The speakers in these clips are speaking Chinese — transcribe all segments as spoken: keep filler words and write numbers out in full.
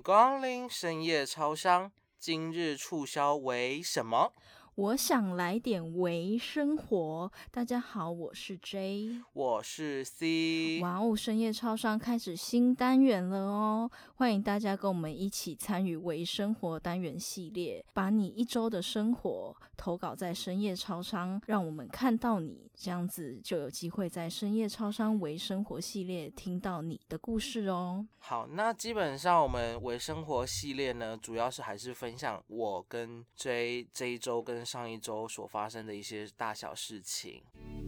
光临深夜超商，今日促销为什么？ 我想来点微生活。大家好，我是 J， 我是 C。 哇哦，深夜超商开始新单元了哦，欢迎大家跟我们一起参与微生活单元系列，把你一周的生活投稿在深夜超商，让我们看到你，这样子就有机会在深夜超商微生活系列听到你的故事哦。 好，那基本上我们微生活系列呢，主要是还是分享我跟 J 这一周跟上一周所发生的一些大小事情。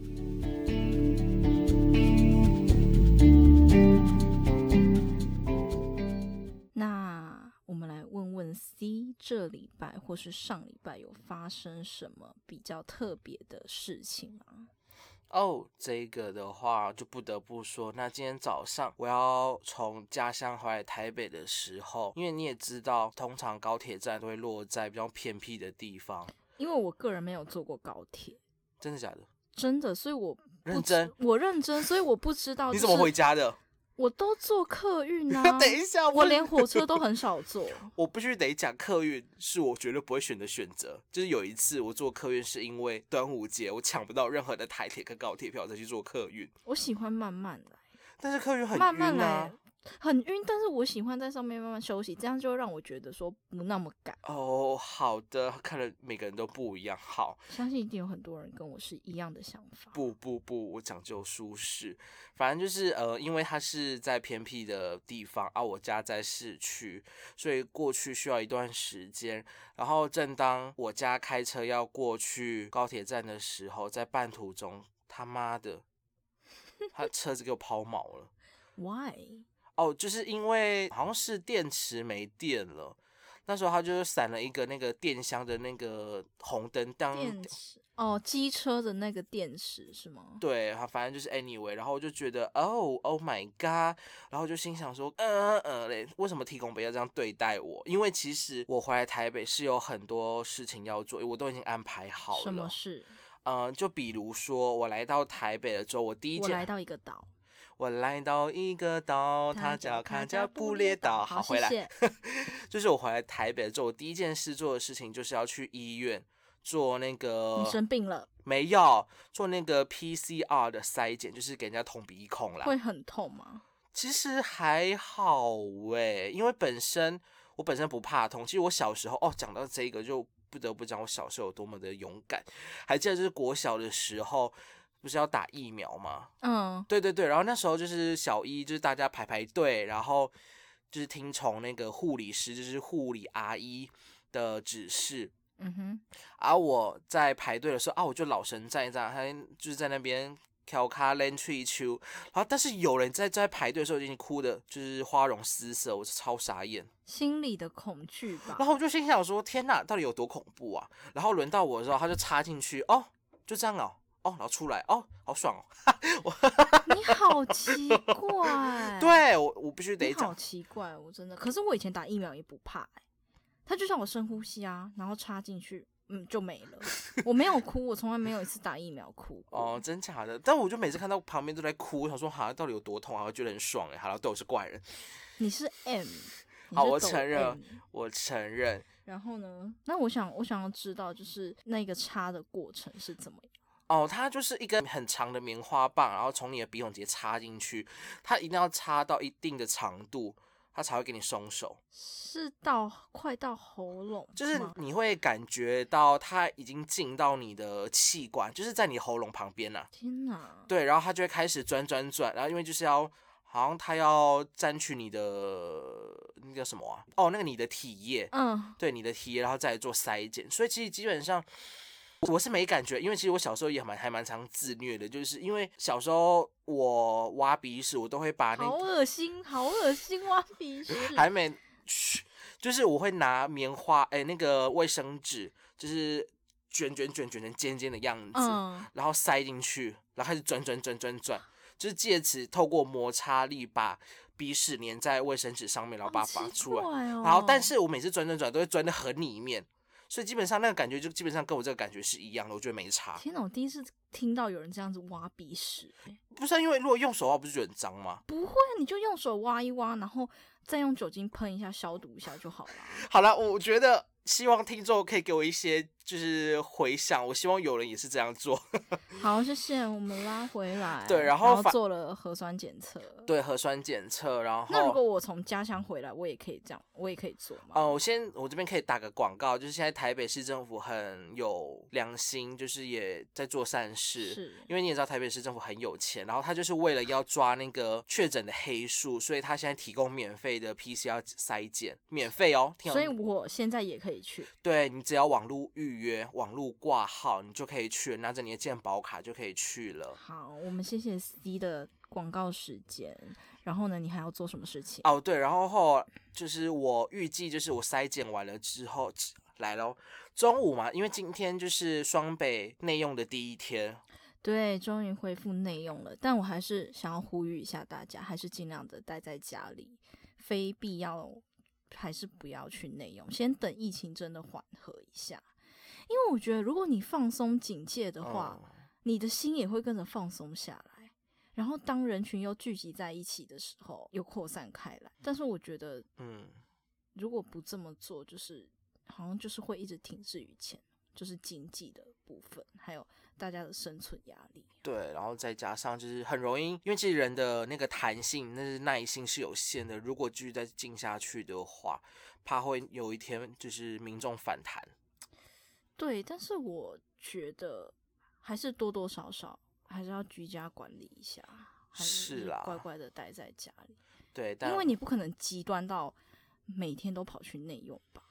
那我们来问问 C， 这礼拜或是上礼拜有发生什么比较特别的事情吗？ 哦、oh, 这个的话就不得不说，那今天早上我要从家乡回来台北的时候，因为你也知道，通常高铁站都会落在比较偏僻的地方。 因为我个人没有坐过高铁。 真的假的？ 真的，所以我认真， 我认真，所以我不知道、就是、 你怎么回家的？ 我都坐客运啊。 等一下， 我连火车都很少坐。 我必须得讲，客运是我绝对不会选的选择。就是有一次我坐客运是因为端午节，我抢不到任何的台铁跟高铁票，再去坐客运。 我喜欢慢慢来， 但是客运很晕啊， 慢慢来很晕，但是我喜欢在上面慢慢休息，这样就让我觉得说不那么赶。 哦，好的，看来每个人都不一样。好， 相信一定有很多人跟我是一样的想法。 不不不，我讲究舒适。反正就是呃，因为它是在偏僻的地方啊，我家在市区，所以过去需要一段时间。然后正当我家开车要过去高铁站的时候，在半途中，他妈的，他车子给我抛锚了。 Why？ 哦，就是因为好像是电池没电了，那时候他就是闪了一个那个电箱的那个红灯，当电池哦，机车的那个电池是吗？ 对，反正就是 anyway， 然后我就觉得哦 ，Oh my god， 然后就心想说，呃呃嘞，为什么提供北要这样对待我？因为其实我回来台北是有很多事情要做，我都已经安排好了。 什么事？ 嗯、呃，就比如说我来到台北的时候，我第一件， 我来到一个岛。 我来到一个岛，它叫卡加布列岛。好，回来， 谢谢就是我回来台北之后，我第一件事做的事情就是要去医院做那个。 你生病了？ 没有，做那个 P C R 的筛检，就是给人家捅鼻孔啦。 会很痛吗？ 其实还好喂，因为本身我本身不怕痛。其实我小时候哦，讲到这个就不得不讲我小时候有多么的勇敢。还记得就是国小的时候。不是要打疫苗吗？ 嗯， 对对对，然后那时候就是小一，就是大家排排队，然后就是听从那个护理师，就是护理阿姨的指示。 嗯哼， 而、啊、我在排队的时候啊，我就老神在在，他就是在那边调卡练吹秋，然后但是有人在在排队的时候已经哭的，就是花容失色，我超傻眼， 心里的恐惧吧。 然后我就心想说，天哪，到底有多恐怖啊？然后轮到我的时候，他就插进去，哦，就这样哦。哦，然后出来哦，好爽哦！ 你好奇怪， 对我，我必须得讲， 好奇怪，我真的。可是我以前打疫苗也不怕、欸，他就像我深呼吸啊，然后插进去，嗯，就没了。我没有哭，我从来没有一次打疫苗哭过。 哦，真假的？但我就每次看到旁边都在哭，我想说，哈，到底有多痛啊？我觉得很爽哎。好了，对，我是怪人。 你是 M， 好，我承认，我承认。 然后呢？那我想，我想要知道，就是那个插的过程是怎么样？ 哦，它就是一根很长的棉花棒，然后从你的鼻孔直接插进去，它一定要插到一定的长度，它才会给你松手。 是到快到喉咙， 就是你会感觉到它已经进到你的气管，就是在你喉咙旁边呐、啊。 天哪！ 对，然后它就会开始转转转，然后因为就是要，好像它要沾取你的那个什么啊？哦，那个你的体液， 嗯， 对，你的体液，然后再来做筛检。所以其实基本上。我是没感觉，因为其实我小时候也蛮还蛮常自虐的，就是因为小时候我挖鼻屎，我都会把那好恶心，好恶心，挖鼻屎， 还没，就是我会拿棉花，哎、欸，那个卫生纸，就是卷卷卷卷成尖尖的样子， 嗯，然后塞进去，然后开始转转转转转，就是借此透过摩擦力把鼻屎粘在卫生纸上面，然后把它拔出来， 哦、 然后但是我每次转转转都会钻得很里面。 所以基本上那个感觉就基本上跟我这个感觉是一样的，我觉得没差。 天哪，我第一次听到有人这样子挖鼻屎、欸， 不是、啊、因为如果用手挖不是觉得很脏吗？ 不会，你就用手挖一挖，然后再用酒精喷一下消毒一下就好了。 好啦，我觉得希望听众可以给我一些就是回想，我希望有人也是这样做。 好，谢谢，我们拉回来。 对，然后然后做了核酸检测。 对，核酸检测，然后那如果我从家乡回来，我也可以这样，我也可以做吗？ 哦，我先我这边可以打个广告，就是现在台北市政府很有良心，就是也在做善事。 是， 因为你也知道台北市政府很有钱，然后他就是为了要抓那个确诊的黑数，所以他现在提供免费的 P C R 筛检，免费哦。 所以我现在也可以去。 对，你只要网络预约、网络挂号，你就可以去，拿着你的健保卡就可以去了。 好，我们谢谢 C 的广告时间。然后呢，你还要做什么事情？ 哦，对，然后后就是我预计就是我筛检完了之后来咯，中午嘛，因为今天就是双北内用的第一天。 对，终于恢复内用了，但我还是想要呼吁一下大家，还是尽量的待在家里，非必要还是不要去内用，先等疫情真的缓和一下。因为我觉得，如果你放松警戒的话，嗯、你的心也会跟着放松下来。然后，当人群又聚集在一起的时候，又扩散开来。但是，我觉得，嗯，如果不这么做，就是好像就是会一直停滞于前，就是经济的部分，还有大家的生存压力。 对，然后再加上就是很容易，因为其实人的那个弹性、那是耐性是有限的。如果继续再静下去的话，怕会有一天就是民众反弹。 对，但是我觉得还是多多少少还是要居家管理一下，还是乖乖的待在家里。 对，但因为你不可能极端到每天都跑去内用吧。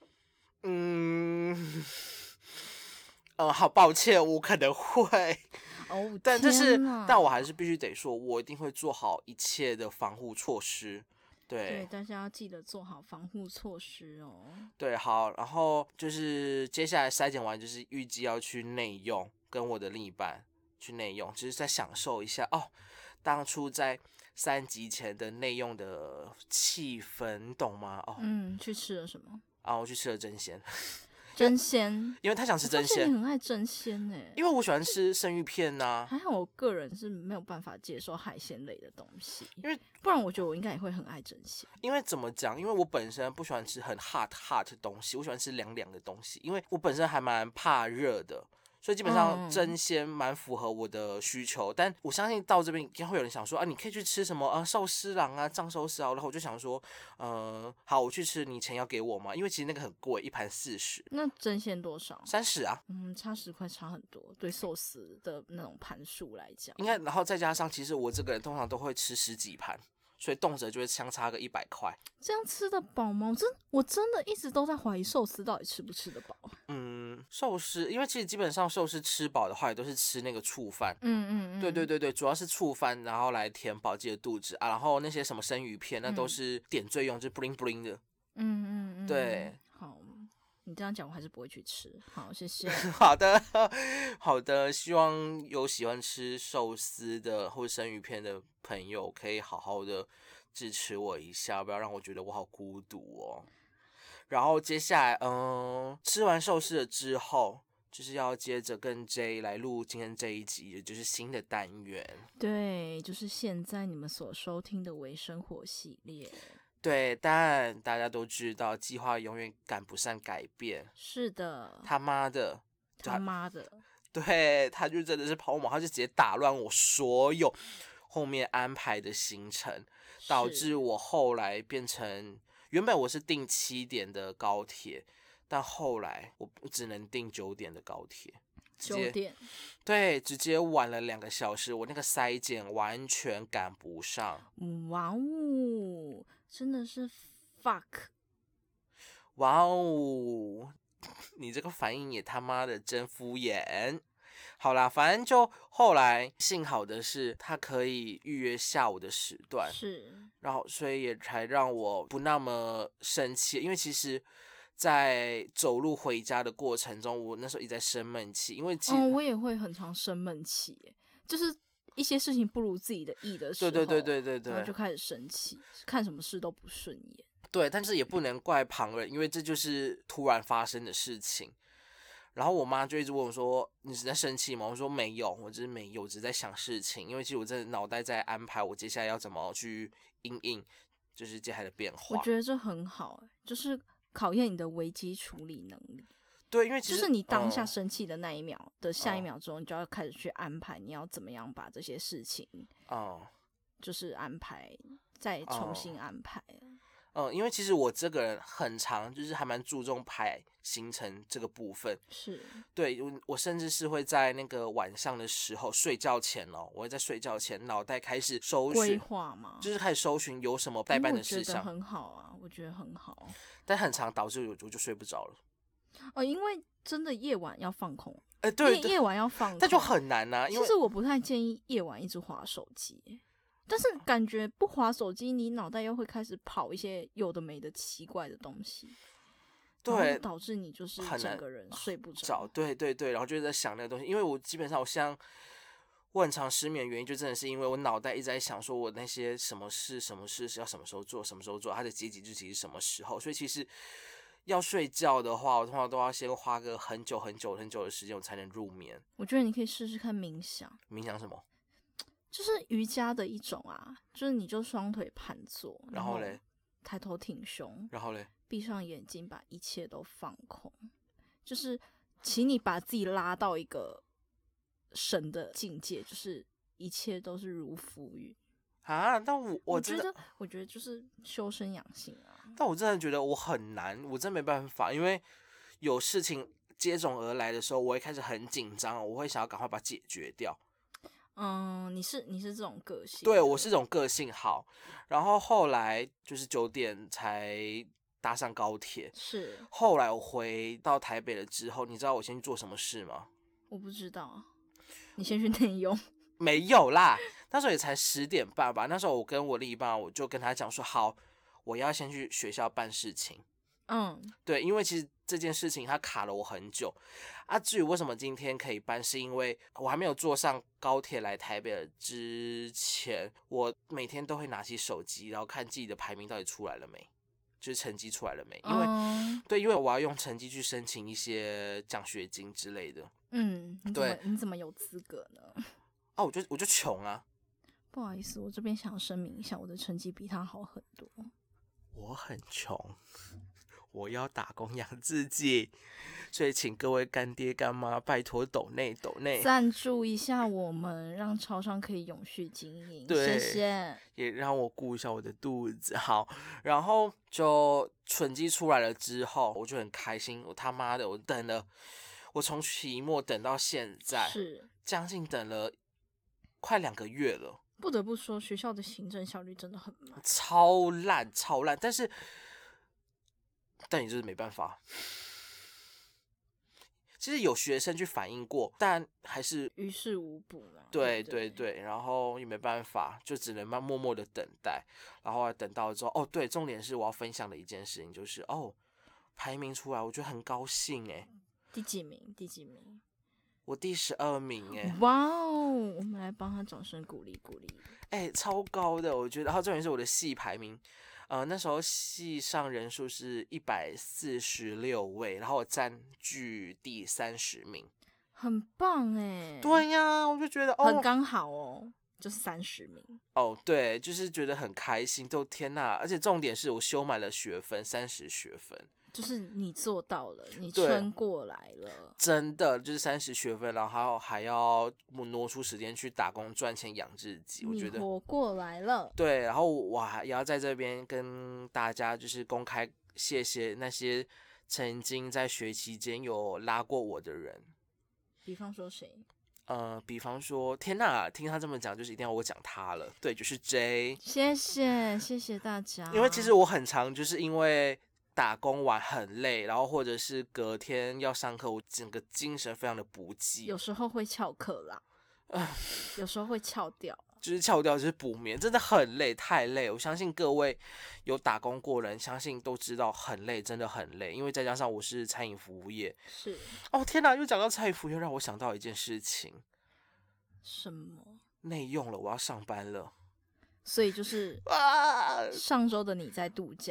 嗯，呃，好抱歉，我可能会。 哦， 但这是，但我还是必须得说，我一定会做好一切的防护措施。对， 对，大家要记得做好防护措施哦。 对，好，然后就是接下来筛检完，就是预计要去内用，跟我的另一半去内用，只是在享受一下哦，当初在三级前的内用的气氛，你懂吗？哦， 嗯，去吃了什么？ 啊，我去吃了蒸鲜。 蒸鲜， 因为他想吃蒸鲜。 你很爱蒸鲜呢。 因为我喜欢吃生鱼片呐、啊。 还好我个人是没有办法接受海鲜类的东西， 因为不然我觉得我应该也会很爱蒸鲜。 因为怎么讲？因为我本身不喜欢吃很 hot hot 的东西，我喜欢吃凉凉的东西，因为我本身还蛮怕热的。所以基本上蒸鲜蛮符合我的需求，嗯、但我相信到这边一定会有人想说啊，你可以去吃什么啊寿司郎啊藏寿司啊，然后我就想说，呃，好，我去吃，你钱要给我吗？因为其实那个很贵，一盘四十。 那蒸鲜多少？ 三十啊。 嗯，差十块差很多，对寿司的那种盘数来讲。 应该，然后再加上，其实我这个人通常都会吃十几盘。所以动辄就会相差个一百块， 这样吃得饱吗？我真我真的一直都在怀疑寿司到底吃不吃得饱。 嗯，寿司，因为其实基本上寿司吃饱的话，也都是吃那个醋饭。 嗯嗯嗯， 对对对对，主要是醋饭，然后来填饱自己的肚子啊。然后那些什么生鱼片，那都是点缀用，就是 bling bling 的。 嗯嗯嗯， 对， 好。你这样讲我还是不会去吃，好，谢谢。 好的，好的，希望有喜欢吃寿司的或者生鱼片的朋友，可以好好的支持我一下，不要让我觉得我好孤独哦。然后接下来，嗯，吃完寿司了之后，就是要接着跟 J 来录今天这一集，也就是新的单元。 对，就是现在你们所收听的微生活系列。 对，但大家都知道，计划永远赶不上改变。 是的， 他妈的， 他妈的， 对，他就真的是跑马，他就直接打乱我所有后面安排的行程，导致我后来变成原本我是订七点的高铁，但后来我只能订九点的高铁。 九点， 对，直接晚了两个小时，我那个筛检完全赶不上。 哇哦！真的是 fuck！ 哇哦，你这个反应也他妈的真敷衍。好啦，反正就后来幸好的是，他可以预约下午的时段， 是， 然后所以也才让我不那么生气，因为其实在走路回家的过程中，我那时候一直在生闷气，因为其实、 哦、我也会很常生闷气，就是一些事情不如自己的意的时候， 对对对对对对， 然后就开始生气，看什么事都不顺眼。 对，但是也不能怪旁人，因为这就是突然发生的事情。然后我妈就一直问我说：“你是在生气吗？”我说：“没有，我只是没有，我只是在想事情。因为其实我真的脑袋在安排我接下来要怎么去因应，就是接下来的变化。” 我觉得这很好，就是考验你的危机处理能力。 对，因为其实就是你当下嗯生气的那一秒、的下一嗯秒钟，你就要开始去安排你要怎么样把这些事情， 哦、 就是安排再重新安排。 嗯，因为其实我这个人很常，就是还蛮注重排行程这个部分。 是， 对，我我甚至是会在那个晚上的时候睡觉前哦，我会在睡觉前脑袋开始搜规寻， 划嘛， 就是开始搜寻有什么代办的事项， 我觉得很好啊，我觉得很好。 但很常导致我我就睡不着了。 哦，因为真的夜晚要放空， 哎、对对， 夜夜晚要放空， 但就很难呐、啊，因为其实我不太建议夜晚一直滑手机，但是感觉不滑手机，你脑袋又会开始跑一些有的没的奇怪的东西，然后对就导致你就是很难整个人睡不着。 找对对对，然后就在想那个东西，因为我基本上我像我很常失眠的原因，就真的是因为我脑袋一直在想说我那些什么事什么事是要什么时候做，什么时候做，它的结集日期是什么时候，所以其实要睡觉的话，我通常都要先花个很久很久很久的时间，我才能入眠。 我觉得你可以试试看冥想， 冥想什么？ 就是瑜伽的一种啊，就是你就双腿盘坐，后然后嘞， 抬头挺胸， 然后嘞， 闭上眼睛，把一切都放空，就是请你把自己拉到一个神的境界，就是一切都是如浮云。 啊，但我我真的， 觉得，我觉得就是修身养性啊。 但我真的觉得我很难，我真没办法，因为有事情接踵而来的时候，我会开始很紧张，我会想要赶快把它解决掉。 嗯，你是你是这种个性？ 对，我是这种个性好，然后后来就是九点才搭上高铁， 是， 后来我回到台北了之后，你知道我先去做什么事吗？ 我不知道，你先去内用。 没有啦，那时候也才十点半吧。那时候我跟我另一半，我就跟他讲说，好，我要先去学校办事情。 嗯， 对，因为其实这件事情它卡了我很久啊。至于为什么今天可以办，是因为我还没有坐上高铁来台北的之前，我每天都会拿起手机，然后看自己的排名到底出来了没，就是成绩出来了没。因为、 嗯、 对，因为我要用成绩去申请一些奖学金之类的。 嗯，你怎么对你怎么有资格呢？ 啊，我就我就穷啊。 不好意思，我这边想声明一下，我的成绩比他好很多。 我很穷，我要打工养自己，所以请各位干爹干妈拜托抖内抖内赞助一下我们，让超商可以永续经营。 对谢谢。 也让我顾一下我的肚子。好，然后就成绩出来了之后，我就很开心。我他妈的，我等了，我从期末等到现在， 是， 将近等了快两个月了。 不得不说，学校的行政效率真的很慢， 超烂超烂，但是但你就是没办法。其实有学生去反映过，但还是于事无补嘛。 对对对对，然后也没办法，就只能慢默默的等待。然后等到之后，哦，对，重点是我要分享的一件事情就是，哦，排名出来，我觉得很高兴哎。 第几名？第几名？ 我第十二名哎， 哇哦！我们来帮他掌声鼓励鼓励。 哎，超高的，我觉得。然后重点是我的系排名，呃，那时候系上人数是一百四十六位，然后我占据第三十名， 很棒哎。 对呀，我就觉得哦， 很刚好哦，就是三十名。 哦，对，就是觉得很开心，都天呐！而且重点是我修满了学分，三十学分。 就是你做到了，你对撑过来了， 真的就是三十学分，然后还要挪出时间去打工赚钱养自己，我觉你得活过来了。 对。然后我还也要在这边跟大家就是公开谢谢那些曾经在学期间有拉过我的人， 比方说谁？ 呃，比方说，天呐，听他这么讲，就是一定要我讲他了，对，就是 J。 谢谢谢谢大家。 因为其实我很常就是因为打工完很累，然后或者是隔天要上课，我整个精神非常的不济， 有时候会翘课啦，有时候会翘掉。 就是翘掉，就是补眠，真的很累，太累。我相信各位有打工过的人，相信都知道很累，真的很累。因为再加上我是餐饮服务业， 是哦天哪，又讲到餐饮服务业，让我想到一件事情， 什么？ 内用了，我要上班了所以就是啊！ 上周的你在度假，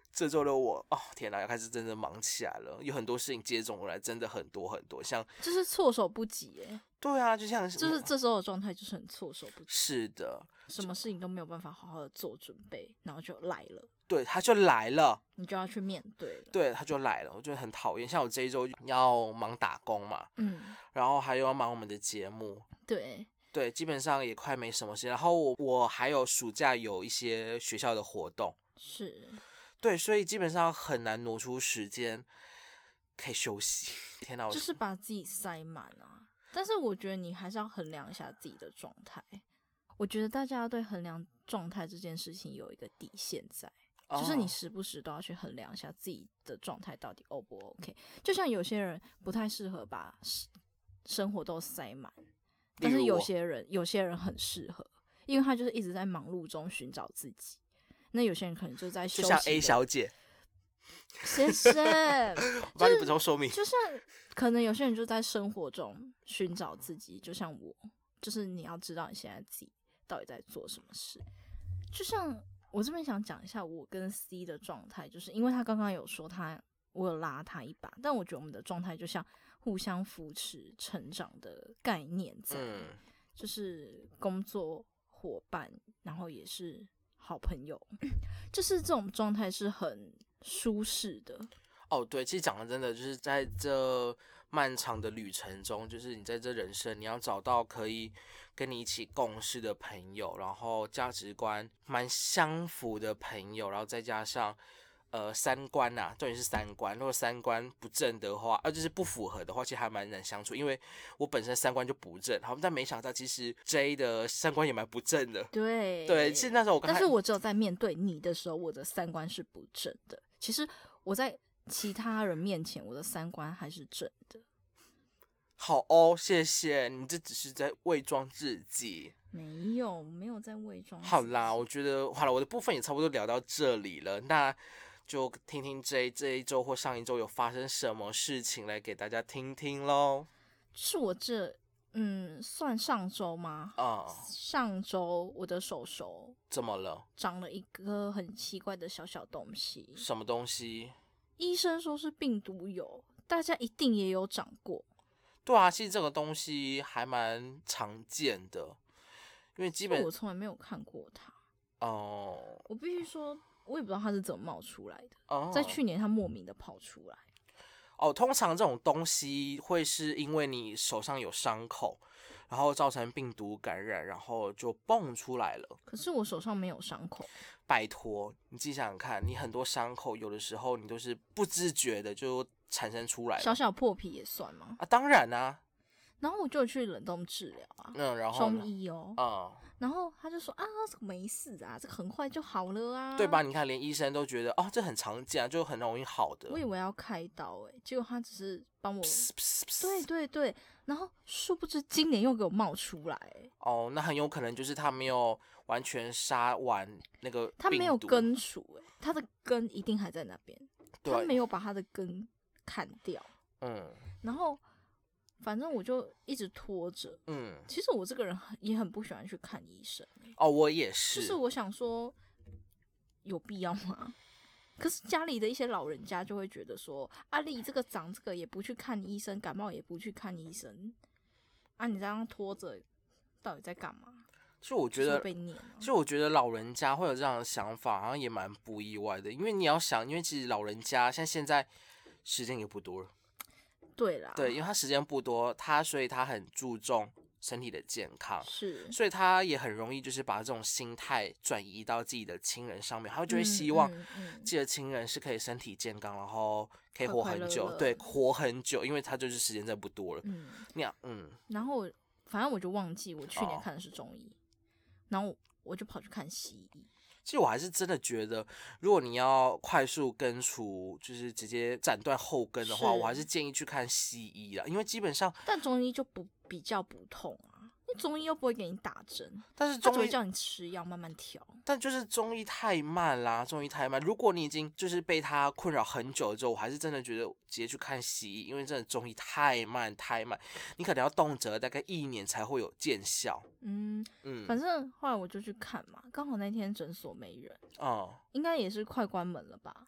这周的我，哦天哪，要开始真的忙起来了，有很多事情接踵而来，真的很多很多，像就是措手不及耶。 对啊，就像就是这时候的状态就是很措手不及， 是的， 什么事情都没有办法好好的做准备，然后就来了， 对，他就来了， 你就要去面对了， 对，他就来了，我觉得很讨厌。像我这一周要忙打工嘛， 嗯， 然后还有要忙我们的节目， 对。 对，基本上也快没什么时间。然后我我还有暑假有一些学校的活动， 是， 对，所以基本上很难挪出时间可以休息。天哪，我就是把自己塞满啊。但是我觉得你还是要衡量一下自己的状态。我觉得大家对衡量状态这件事情有一个底线在， 哦、 就是你时不时都要去衡量一下自己的状态到底 O 不 OK。就像有些人不太适合把生活都塞满。但是有些人，有些人很适合，因为他就是一直在忙碌中寻找自己。那有些人可能就在休息， 就像 A 小姐， 谢谢。 我帮你补充说明。 就像可能有些人就在生活中寻找自己，就像我，就是你要知道你现在自己到底在做什么事。就像我这边想讲一下我跟 C 的状态，就是因为他刚刚有说他，我有拉他一把，但我觉得我们的状态就像互相扶持成长的概念在，嗯、就是工作伙伴，然后也是好朋友，就是这种状态是很舒适的。 哦，对，其实讲的真的就是在这漫长的旅程中，就是你在这人生，你要找到可以跟你一起共事的朋友，然后价值观蛮相符的朋友，然后再加上呃三观呐、啊，重点是三观。如果三观不正的话，呃就是不符合的话，其实还蛮难相处。因为我本身三观就不正，好，但没想到其实 J 的三观也蛮不正的。 对对，其实那时候我刚， 但是我只有在面对你的时候，我的三观是不正的。其实我在其他人面前，我的三观还是正的。 好哦，谢谢你，这只是在伪装自己。 没有，没有在伪装。 好啦，我觉得好了，我的部分也差不多聊到这里了，那就听听这这一周或上一周有发生什么事情来给大家听听咯。 是我这嗯，算上周吗？ 啊、 嗯，上周我的手手怎么了？ 长了一个很奇怪的小小东西。 什么东西？ 医生说是病毒疣，大家一定也有长过。 对啊，其实这个东西还蛮常见的，因为基本我从来没有看过它。 哦， 我必须说，我也不知道它是怎么冒出来的。 哦， 在去年它莫名的跑出来。 哦，通常这种东西会是因为你手上有伤口，然后造成病毒感染，然后就蹦出来了。 可是我手上没有伤口。 拜托，你自己想想看，你很多伤口有的时候你都是不自觉的就产生出来了。 小小破皮也算吗？ 啊，当然啊。 然后我就去冷冻治疗啊， 嗯，然后中医哦， 嗯， 然后他就说啊，这个没事啊，这个很快就好了啊， 对吧？你看，连医生都觉得哦，这很常见啊，就很容易好的。 我以为要开刀哎、欸，结果他只是帮我，对对对，然后殊不知今年又给我冒出来、欸， 哦，那很有可能就是他没有完全杀完那个病毒， 他没有根除哎、欸，他的根一定还在那边，他没有把他的根砍掉， 嗯， 然后。反正我就一直拖着，嗯，其实我这个人也很不喜欢去看医生， 哦，我也是， 就是我想说，有必要吗？可是家里的一些老人家就会觉得说，啊，你这个长这个也不去看医生，感冒也不去看医生，啊，你这样拖着，到底在干嘛？ 其实我觉得， 被念、啊。 其实我觉得老人家会有这样的想法，好像也蛮不意外的，因为你要想，因为其实老人家像现在时间也不多了。 对啦， 对，因为他时间不多，他所以他很注重身体的健康， 是， 所以他也很容易就是把这种心态转移到自己的亲人上面，他就会希望自己的亲人是可以身体健康，然后可以活很久， 快快乐乐对，活很久，因为他就是时间真的不多了。 嗯， 那样，嗯， 然后我反正我就忘记我去年看的是中医，哦、然后我就跑去看西医。 其实我还是真的觉得，如果你要快速根除，就是直接斩断后根的话，我还是建议去看西医啦，因为基本上， 但中医就不比较不痛啊，因为中医又不会给你打针， 但是中医只会叫你吃药慢慢调。 但就是中医太慢啦，中医太慢。如果你已经就是被它困扰很久之后，我还是真的觉得直接去看西医，因为真的中医太慢太慢，你可能要动辄大概一年才会有见效。 嗯嗯，反正后来我就去看嘛，刚好那天诊所没人，哦、嗯，应该也是快关门了吧。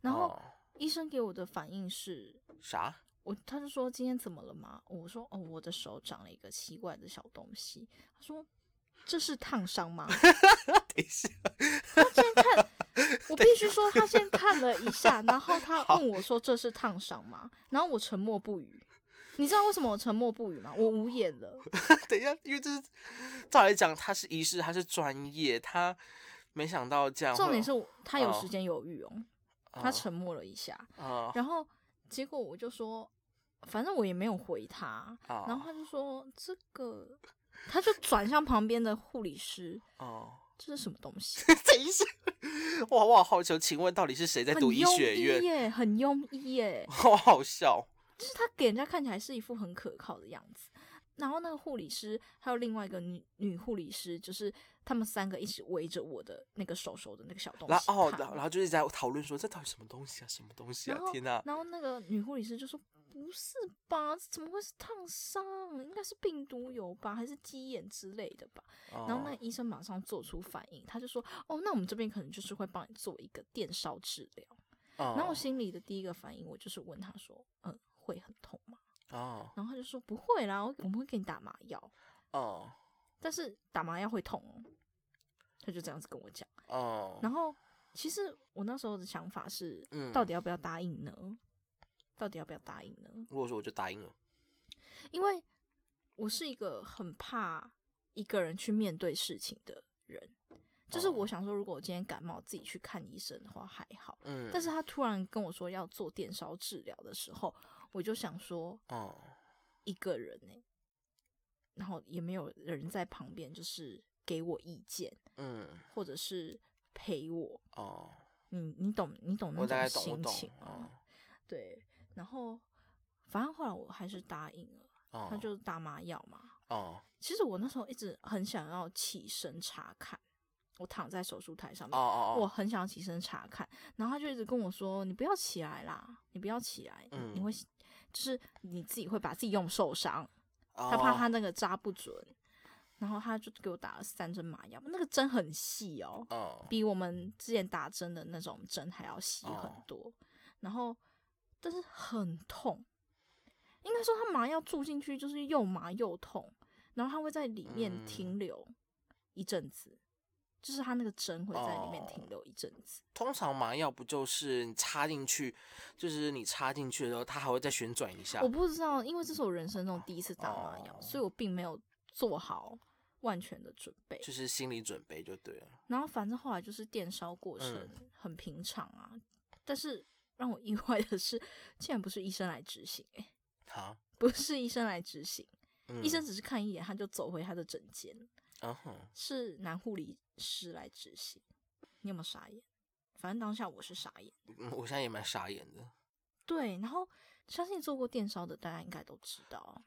然后哦医生给我的反应是啥？ 我他就说今天怎么了吗？我说哦，我的手长了一个奇怪的小东西。他说这是烫伤吗？ 等一下， 他先看，我必须说他先看了一下，然后他问我说这是烫伤吗？然后我沉默不语。你知道为什么我沉默不语吗？我无言了。 等一下，因为这是照来讲，他是医师，他是专业，他没想到这样会。 重点是他有时间犹豫哦， 哦他沉默了一下， 哦然后结果我就说，反正我也没有回他， 哦然后他就说这个，他就转向旁边的护理师， 哦， 这是什么东西？ 等一下，哇，我好好奇，请问到底是谁在读医很庸医学院？ 耶，很庸医耶， 好好笑。 就是他给人家看起来是一副很可靠的样子。然后那个护理师还有另外一个女女护理师，就是他们三个一起围着我的那个手手的那个小东西然后哦， 看然后然后就是在讨论说这到底什么东西啊？什么东西啊然？后天哪！ 然后那个女护理师就说：“不是吧？这怎么会是烫伤？应该是病毒有吧，还是鸡眼之类的吧？” 哦然后那个医生马上做出反应，他就说：“哦，那我们这边可能就是会帮你做一个电烧治疗。 哦然后我心里的第一个反应，我就是问他说：“嗯，会很痛吗？” 哦然后他就说：“不会啦，我我们会给你打麻药， 哦但是打麻药会痛哦。”他就这样子跟我讲。 哦， 然后其实我那时候的想法是， 嗯到底要不要答应呢？到底要不要答应呢？ 如果说我就答应了。 因为我是一个很怕一个人去面对事情的人，就是我想说，如果我今天感冒自己去看医生的话还好， 嗯， 但是他突然跟我说要做电烧治疗的时候，我就想说， 哦一个人呢、然后也没有人在旁边，就是给我意见， 嗯或者是陪我， 哦， 你你懂你懂那我大概种懂，我懂心情吗？ 哦对，然后反正后来我还是答应了， 哦他就打麻药嘛。 哦其实我那时候一直很想要起身查看，我躺在手术台上面， 哦哦我很想要起身查看，然后他就一直跟我说：“你不要起来啦，你不要起来， 嗯你会就是你自己会把自己用受伤。” 哦， 他怕他那个扎不准，然后他就给我打了三针麻药，那个针很细哦， 哦比我们之前打针的那种针还要细很多，然后但是很痛。应该说，他麻药注进去就是又麻又痛，然后它会在里面停留一阵子，嗯、就是它那个针会在里面停留一阵子。 哦、通常麻药不就是你插进去，就是你插进去的时候，它还会再旋转一下？ 我不知道，因为这是我人生中第一次打麻药， 哦、 所以我并没有做好万全的准备， 就是心理准备就对了。 然后反正后来就是电烧过程很平常啊，嗯、但是让我意外的是，竟然不是医生来执行、欸， 好， 不是医生来执行， 嗯、 医生只是看一眼，他就走回他的诊间。 嗯哼， 是男护理师来执行。你有没有傻眼？反正当下我是傻眼， 嗯，我现在也蛮傻眼的。 对，然后相信做过电烧的大家应该都知道，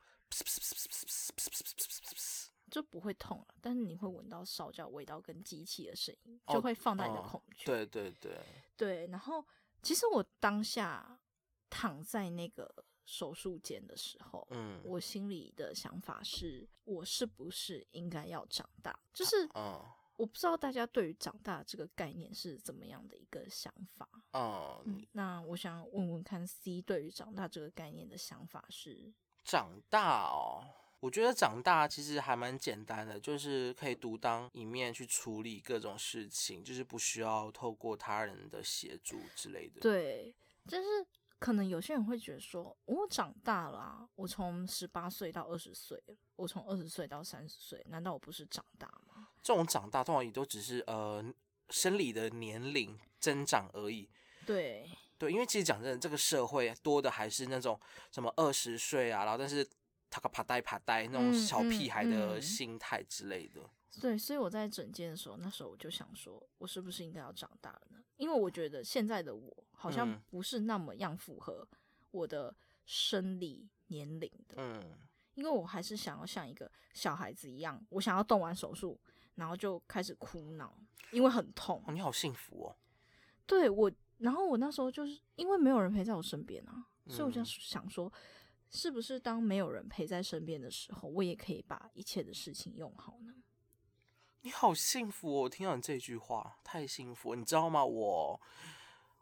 就不会痛了，但是你会闻到烧焦味道跟机器的声音，就会放大你的恐惧。 哦、对对对对，然后其实我当下躺在那个手术间的时候，嗯，我心里的想法是，我是不是应该要长大？就是，嗯，我不知道大家对于长大这个概念是怎么样的一个想法。 哦、 嗯，那我想问问看 C 对于长大这个概念的想法是？ 长大哦，我觉得长大其实还蛮简单的，就是可以独当一面去处理各种事情，就是不需要透过他人的协助之类的。 对，但是可能有些人会觉得说，我长大了、啊，我从十八岁到二十岁了，我从二十岁到三十岁，难道我不是长大吗？ 这种长大通常也都只是呃生理的年龄增长而已。 对对，因为其实讲真的，这个社会多的还是那种什么二十岁啊，然后但是他个爬呆爬呆那种小屁孩的心态之类的。 嗯嗯、对，所以我在诊间的时候，那时候我就想说，我是不是应该要长大了呢？因为我觉得现在的我好像不是那么样符合我的生理年龄的。嗯，因为我还是想要像一个小孩子一样，我想要动完手术，然后就开始哭闹，因为很痛。 哦，你好幸福哦。 对我。然后我那时候就是因为没有人陪在我身边啊，所以我就想说，是不是当没有人陪在身边的时候，我也可以把一切的事情用好呢？ 你好幸福哦！我听到你这句话，太幸福了。你知道吗？我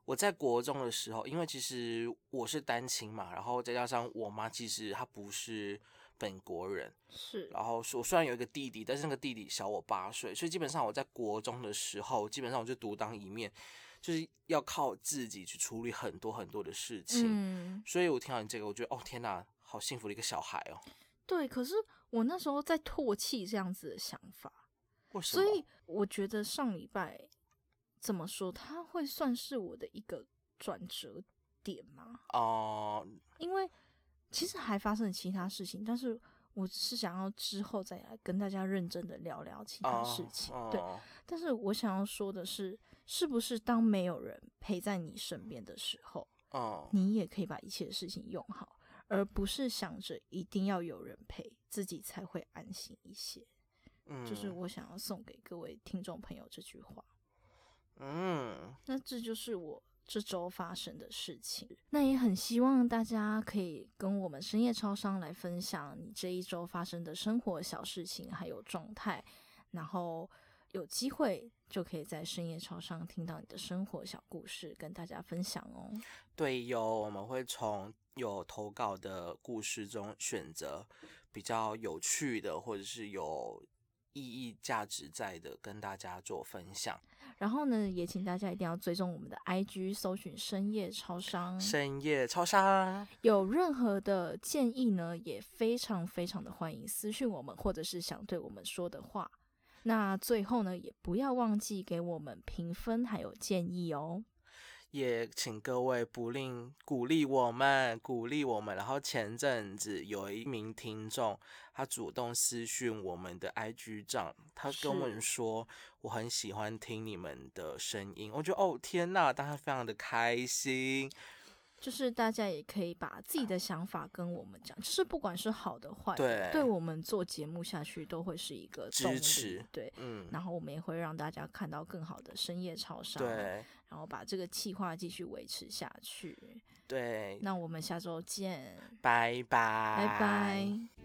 我在国中的时候，因为其实我是单亲嘛，然后再加上我妈其实她不是本国人， 是， 然后我虽然有一个弟弟，但是那个弟弟小我八岁，所以基本上我在国中的时候，基本上我就独当一面，就是要靠自己去处理很多很多的事情。 嗯， 所以我听到你这个，我觉得哦天哪，好幸福的一个小孩哦。 对。可是我那时候在唾弃这样子的想法， 为什么？ 所以我觉得上礼拜怎么说，它会算是我的一个转折点吗？ 哦、 因为其实还发生了其他事情，但是我是想要之后再来跟大家认真的聊聊其他事情。 哦、 对， 哦但是我想要说的是，是不是当没有人陪在你身边的时候， 哦你也可以把一切事情用好，而不是想着一定要有人陪，自己才会安心一些。 嗯， 就是我想要送给各位听众朋友这句话。 嗯， 那这就是我这周发生的事情。那也很希望大家可以跟我们深夜超商来分享你这一周发生的生活小事情还有状态，然后有机会就可以在深夜超商听到你的生活小故事，跟大家分享哦。 对，有我们会从有投稿的故事中选择比较有趣的，或者是有意义价值在的，跟大家做分享。 然后呢，也请大家一定要追踪我们的 I G， 搜寻深夜超商。 深夜超商， 有任何的建议呢，也非常非常的欢迎私讯我们，或者是想对我们说的话。那最后呢，也不要忘记给我们评分还有建议哦。 也请各位不吝鼓励我们，鼓励我们。然后前阵子有一名听众，他主动私讯我们的 I G 账，他跟我们说我很喜欢听你们的声音，我觉得哦天呐，大家非常的开心。 就是大家也可以把自己的想法跟我们讲，就是不管是好的坏的， 对， 对我们做节目下去都会是一个动力支持。 对， 嗯， 然后我们也会让大家看到更好的深夜超商， 对， 然后把这个企划继续维持下去。 对， 那我们下周见， 拜拜， 拜拜。